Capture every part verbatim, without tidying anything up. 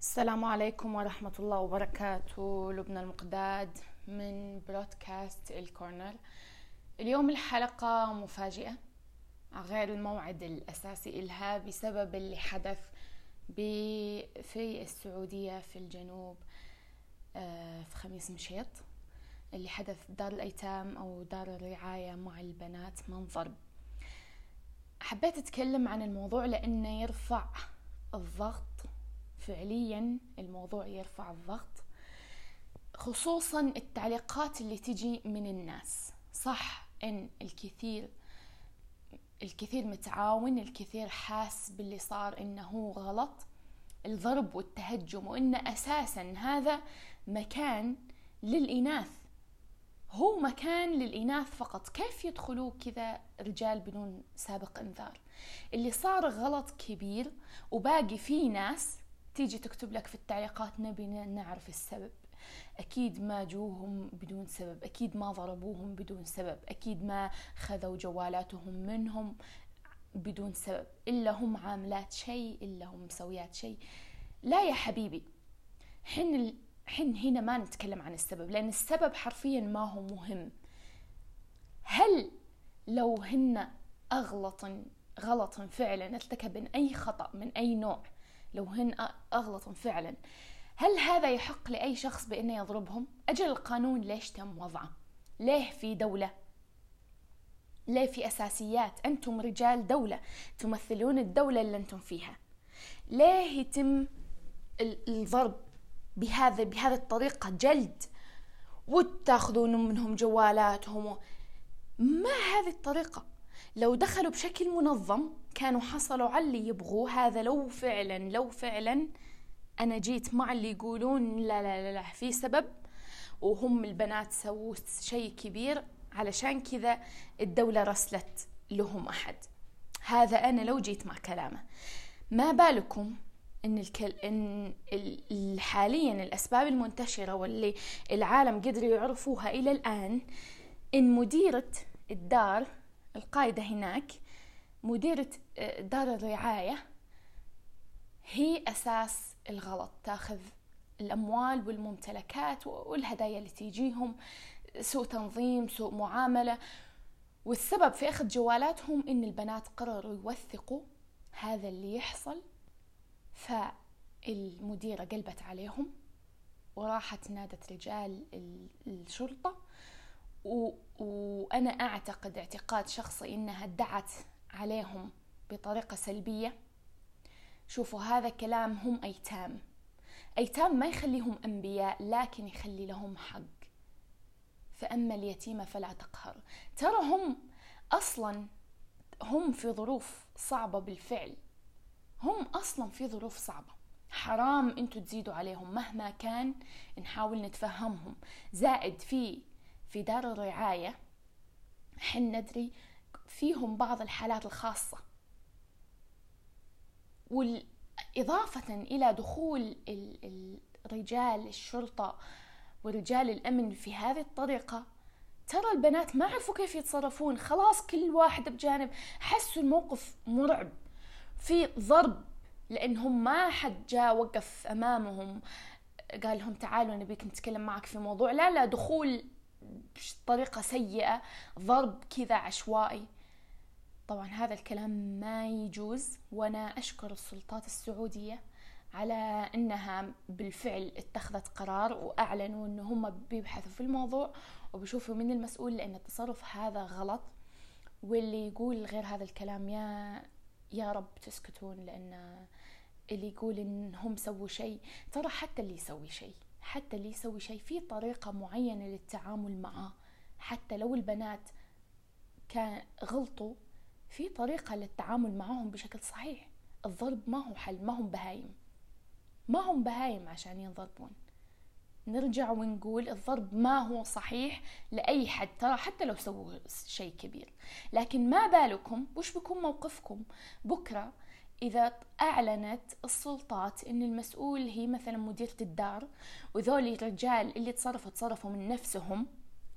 السلام عليكم ورحمة الله وبركاته. لبنى المقداد من برودكاست الكورنر. اليوم الحلقة مفاجئة غير الموعد الأساسي إلها بسبب اللي حدث في السعودية في الجنوب في خميس مشيط، اللي حدث دار الأيتام أو دار الرعاية مع البنات من ضرب. حبيت أتكلم عن الموضوع لأنه يرفع الضغط، فعليا الموضوع يرفع الضغط، خصوصا التعليقات اللي تجي من الناس. صح ان الكثير الكثير متعاون، الكثير حاس باللي صار انه غلط، الضرب والتهجم، وان اساسا هذا مكان للإناث، هو مكان للإناث فقط، كيف يدخلوا كذا رجال بدون سابق انذار؟ اللي صار غلط كبير، وباقي في ناس تيجي تكتب لك في التعليقات نبي نعرف السبب. أكيد ما جوهم بدون سبب، أكيد ما ضربوهم بدون سبب، أكيد ما خذوا جوالاتهم منهم بدون سبب، إلا هم عاملات شيء، إلا هم مسويات شيء. لا يا حبيبي، حن حن هنا ما نتكلم عن السبب، لأن السبب حرفيا ما هو مهم. هل لو هن أغلطا غلطا فعلا، ارتكبن أي خطأ من أي نوع، لو هن أغلطا فعلا، هل هذا يحق لأي شخص بأنه يضربهم؟ أجل القانون ليش تم وضعه؟ ليه في دولة؟ ليه في أساسيات؟ أنتم رجال دولة، تمثلون الدولة اللي أنتم فيها. ليه يتم الضرب بهذا بهذه الطريقة، جلد، وتاخذون منهم جوالاتهم؟ ما هذه الطريقة. لو دخلوا بشكل منظم كانوا حصلوا على اللي يبغوه. هذا لو فعلا لو فعلا أنا جيت مع اللي يقولون لا لا لا, لا في سبب، وهم البنات سووا شيء كبير علشان كذا الدولة رسلت لهم أحد. هذا أنا لو جيت مع كلامه. ما بالكم إن, الكل... إن حاليا الأسباب المنتشرة واللي العالم قدروا يعرفوها إلى الآن، إن مديرة الدار، القائدة هناك، مديرة دار الرعاية، هي أساس الغلط. تاخذ الأموال والممتلكات والهدايا اللي تيجيهم، سوء تنظيم، سوء معاملة، والسبب في أخذ جوالاتهم إن البنات قرروا يوثقوا هذا اللي يحصل. فالمديرة قلبت عليهم وراحت نادت رجال الشرطة، و... وأنا أعتقد اعتقاد شخصي إنها ادعت عليهم بطريقة سلبية. شوفوا، هذا كلام، هم أيتام. أيتام ما يخليهم أنبياء، لكن يخلي لهم حق. فأما اليتيمة فلا تقهر. ترى هم أصلا هم في ظروف صعبة بالفعل، هم أصلا في ظروف صعبة. حرام أنتوا تزيدوا عليهم مهما كان، نحاول نتفهمهم. زائد في في دار الرعاية حن ندري فيهم بعض الحالات الخاصة، والإضافة إلى دخول الرجال الشرطة ورجال الأمن في هذه الطريقة، ترى البنات ما عرفوا كيف يتصرفون. خلاص كل واحد بجانب، حسوا الموقف مرعب، في ضرب، لأنهم ما حد جاء وقف أمامهم قال لهم تعالوا نبيك نتكلم معك في موضوع. لا لا، دخول بطريقة سيئة، ضرب كذا عشوائي. طبعا هذا الكلام ما يجوز، وأنا أشكر السلطات السعودية على أنها بالفعل اتخذت قرار وأعلنوا أنه هم بيبحثوا في الموضوع وبيشوفوا من المسؤول، لأن التصرف هذا غلط. واللي يقول غير هذا الكلام يا يا رب تسكتون، لأن اللي يقول إن هم سووا شيء، ترى حتى اللي يسوي شيء حتى اللي يسوي شيء في طريقة معينة للتعامل معه. حتى لو البنات كان غلطوا، في طريقة للتعامل معهم بشكل صحيح. الضرب ما هو حل، ما هم بهايم، ما هم بهايم عشان ينضربون. نرجع ونقول الضرب ما هو صحيح لأي حد، ترى حتى لو سووا شيء كبير. لكن ما بالكم وش بيكون موقفكم بكرة إذا أعلنت السلطات إن المسؤول هي مثلا مديرة الدار، وذولي الرجال اللي تصرفوا تصرفوا من نفسهم.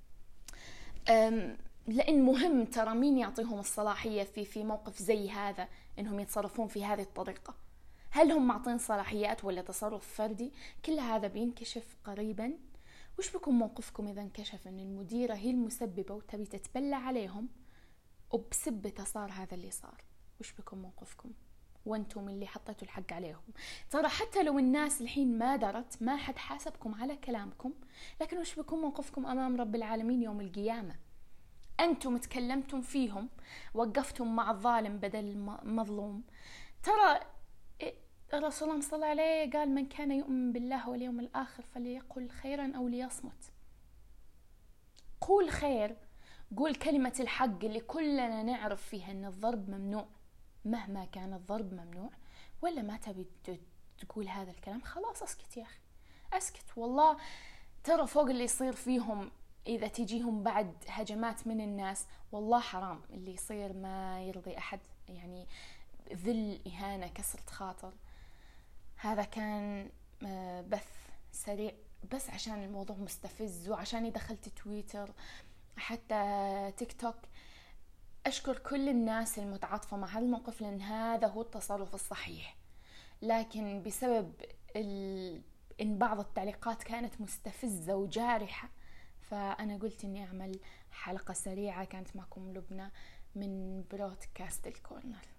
لأن مهم ترى مين يعطيهم الصلاحية في في موقف زي هذا إنهم يتصرفون في هذه الطريقة. هل هم معطين صلاحيات ولا تصرف فردي؟ كل هذا بينكشف قريبا. وش بيكون موقفكم إذا انكشف أن المديرة هي المسببة وتبي تتبلى عليهم وبسبته صار هذا اللي صار؟ وش بيكون موقفكم وانتم اللي حطيتوا الحق عليهم؟ ترى حتى لو الناس الحين ما درت، ما حد حاسبكم على كلامكم، لكن وش بيكون موقفكم أمام رب العالمين يوم القيامة؟ أنتم تكلمتم فيهم، وقفتم مع الظالم بدل المظلوم. ترى الرسول الله صلى الله عليه قال: من كان يؤمن بالله واليوم الآخر فليقل خيرا أو ليصمت. قول خير، قول كلمة الحق اللي كلنا نعرف فيها أن الضرب ممنوع، مهما كان الضرب ممنوع. ولا ما تبي تقول هذا الكلام، خلاص اسكت يا أخي، اسكت. والله ترى فوق اللي يصير فيهم إذا تجيهم بعد هجمات من الناس، والله حرام اللي يصير، ما يرضي أحد، يعني ذل، إهانة، كسرة خاطر. هذا كان بث سريع بس عشان الموضوع مستفز، وعشان دخلت تويتر حتى تيك توك. أشكر كل الناس المتعاطفة مع هذا الموقف، لأن هذا هو التصرف الصحيح. لكن بسبب ال... إن بعض التعليقات كانت مستفزة وجارحة، فأنا قلت إني أعمل حلقة سريعة. كانت معكم لبنى من برودكاست الكورنر.